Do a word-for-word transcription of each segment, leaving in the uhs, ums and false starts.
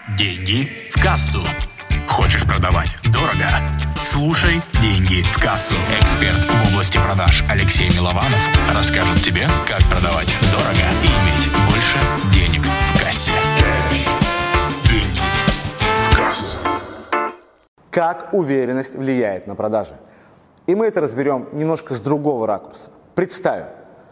Деньги в кассу. Хочешь продавать дорого? Слушай «Деньги в кассу». Эксперт в области продаж Алексей Милованов расскажет тебе, как продавать дорого и иметь больше денег в кассе. Деньги в кассу. Как уверенность влияет на продажи? И мы это разберем немножко с другого ракурса. Представим,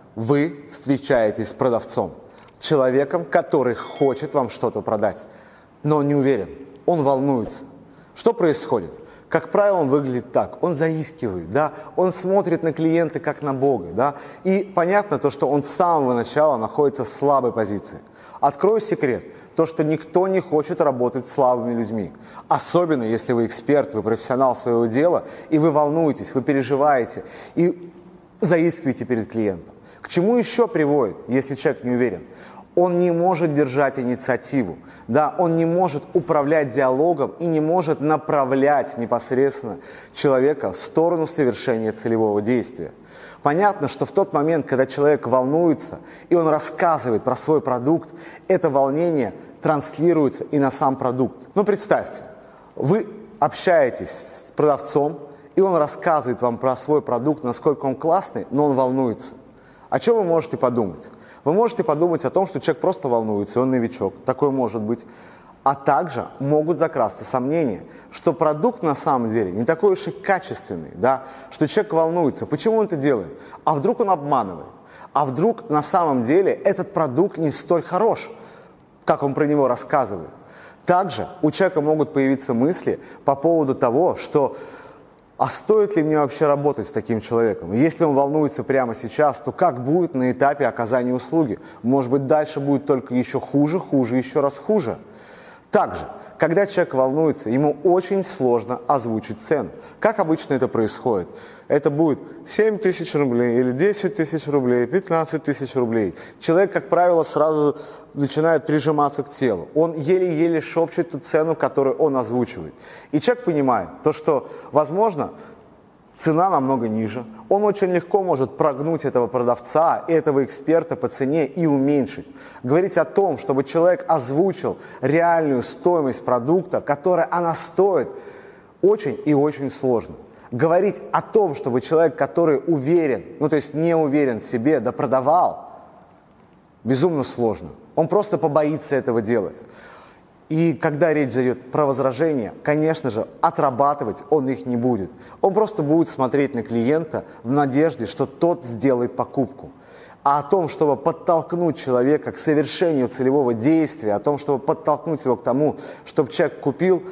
вы встречаетесь с продавцом, человеком, который хочет вам что-то продать, но он не уверен, он волнуется. Что происходит? Как правило, он выглядит так, он заискивает, да? Он смотрит на клиента как на Бога, да? И понятно то, что он с самого начала находится в слабой позиции. Открою секрет, то, что никто не хочет работать с слабыми людьми. Особенно, если вы эксперт, вы профессионал своего дела, и вы волнуетесь, вы переживаете, и заискиваете перед клиентом. К чему еще приводит, если человек не уверен? Он не может держать инициативу, да, он не может управлять диалогом и не может направлять непосредственно человека в сторону совершения целевого действия. Понятно, что в тот момент, когда человек волнуется и он рассказывает про свой продукт, это волнение транслируется и на сам продукт. Ну, представьте, вы общаетесь с продавцом, и он рассказывает вам про свой продукт, насколько он классный, но он волнуется. О чем вы можете подумать? Вы можете подумать о том, что человек просто волнуется, и он новичок. Такое может быть. А также могут закрасться сомнения, что продукт на самом деле не такой уж и качественный, да? Что человек волнуется. Почему он это делает? А вдруг он обманывает? А вдруг на самом деле этот продукт не столь хорош, как он про него рассказывает? Также у человека могут появиться мысли по поводу того, что а стоит ли мне вообще работать с таким человеком? Если он волнуется прямо сейчас, то как будет на этапе оказания услуги? Может быть, дальше будет только еще хуже, хуже, еще раз хуже. Также, когда человек волнуется, ему очень сложно озвучить цену. Как обычно это происходит? Это будет семь тысяч рублей, или десять тысяч рублей, пятнадцать тысяч рублей. Человек, как правило, сразу начинает прижиматься к телу. Он еле-еле шепчет ту цену, которую он озвучивает. И человек понимает, то, что, возможно, цена намного ниже. Он очень легко может прогнуть этого продавца, этого эксперта по цене и уменьшить. Говорить о том, чтобы человек озвучил реальную стоимость продукта, которая она стоит, очень и очень сложно. Говорить о том, чтобы человек, который уверен, ну то есть не уверен в себе, да продавал, безумно сложно. Он просто побоится этого делать. И когда речь зайдет про возражения, конечно же, отрабатывать он их не будет. Он просто будет смотреть на клиента в надежде, что тот сделает покупку. А о том, чтобы подтолкнуть человека к совершению целевого действия, о том, чтобы подтолкнуть его к тому, чтобы человек купил,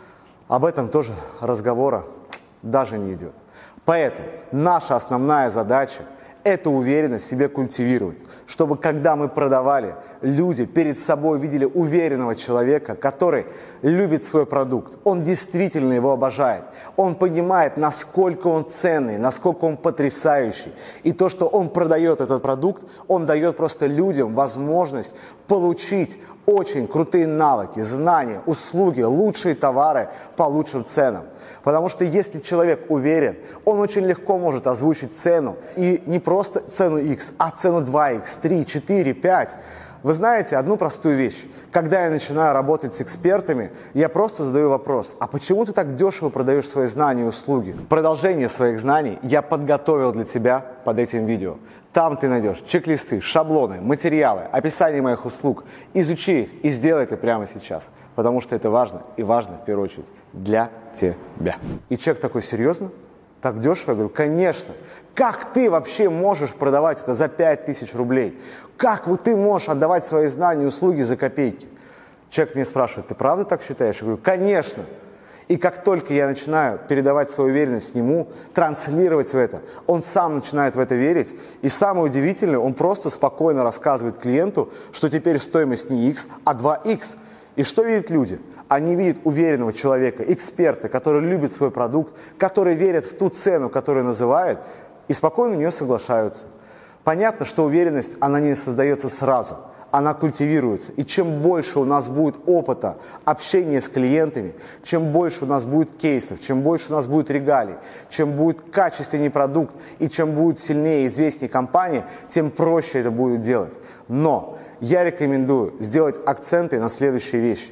об этом тоже разговора даже не идет. Поэтому наша основная задача – эту уверенность в себе культивировать, чтобы когда мы продавали, люди перед собой видели уверенного человека, который любит свой продукт, он действительно его обожает, он понимает, насколько он ценный, насколько он потрясающий. И то, что он продает этот продукт, он дает просто людям возможность получить очень крутые навыки, знания, услуги, лучшие товары по лучшим ценам. Потому что если человек уверен, он очень легко может озвучить цену. И не просто цену X, а цену два икс, три, четыре, пять. Вы знаете одну простую вещь. Когда я начинаю работать с экспертами, я просто задаю вопрос: а почему ты так дешево продаешь свои знания и услуги? Продолжение своих знаний я подготовил для тебя под этим видео. Там ты найдешь чек-листы, шаблоны, материалы, описание моих услуг. Изучи их и сделай это прямо сейчас, потому что это важно, и важно в первую очередь для тебя. И человек такой: серьезно? Так дешево? Я говорю: конечно. Как ты вообще можешь продавать это за пять тысяч рублей? Как ты можешь отдавать свои знания и услуги за копейки? Человек меня спрашивает: ты правда так считаешь? Я говорю: конечно. И как только я начинаю передавать свою уверенность ему, транслировать в это, он сам начинает в это верить. И самое удивительное, он просто спокойно рассказывает клиенту, что теперь стоимость не X, а два икс. И что видят люди? Они видят уверенного человека, эксперта, который любит свой продукт, который верит в ту цену, которую называет, и спокойно на нее соглашаются. Понятно, что уверенность, она не создается сразу. Она культивируется. И чем больше у нас будет опыта общения с клиентами, чем больше у нас будет кейсов, чем больше у нас будет регалий, чем будет качественнее продукт и чем будет сильнее и известнее компания, тем проще это будет делать. Но я рекомендую сделать акценты на следующие вещи.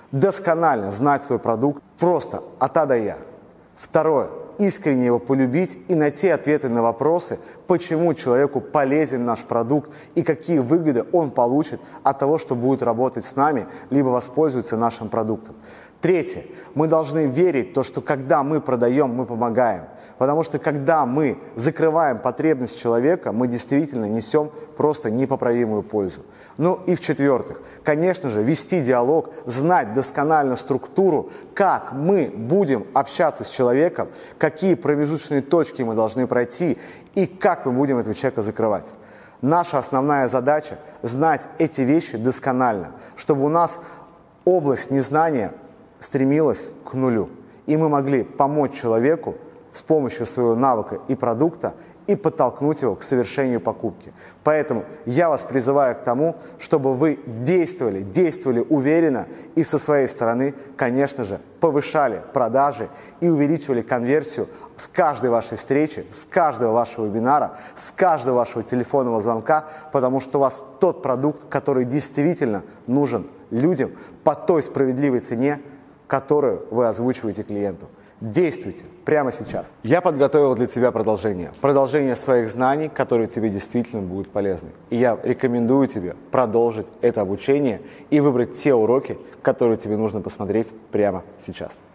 досконально знать свой продукт просто от А до Я. Второе. Искренне его полюбить и найти ответы на вопросы, почему человеку полезен наш продукт и какие выгоды он получит от того, что будет работать с нами, либо воспользуется нашим продуктом. Третье. Мы должны верить в то, что когда мы продаем, мы помогаем. Потому что когда мы закрываем потребность человека, мы действительно несем просто непоправимую пользу. Ну и в-четвертых, конечно же, вести диалог, знать досконально структуру, как мы будем общаться с человеком, какие промежуточные точки мы должны пройти и как мы будем этого человека закрывать. Наша основная задача – знать эти вещи досконально, чтобы у нас область незнания стремилась к нулю. И мы могли помочь человеку с помощью своего навыка и продукта и подтолкнуть его к совершению покупки. Поэтому я вас призываю к тому, чтобы вы действовали, действовали уверенно и со своей стороны, конечно же, повышали продажи и увеличивали конверсию с каждой вашей встречи, с каждого вашего вебинара, с каждого вашего телефонного звонка, потому что у вас тот продукт, который действительно нужен людям по той справедливой цене, которую вы озвучиваете клиенту. Действуйте прямо сейчас. Я подготовил для тебя продолжение. Продолжение своих знаний, которые тебе действительно будут полезны. И я рекомендую тебе продолжить это обучение и выбрать те уроки, которые тебе нужно посмотреть прямо сейчас.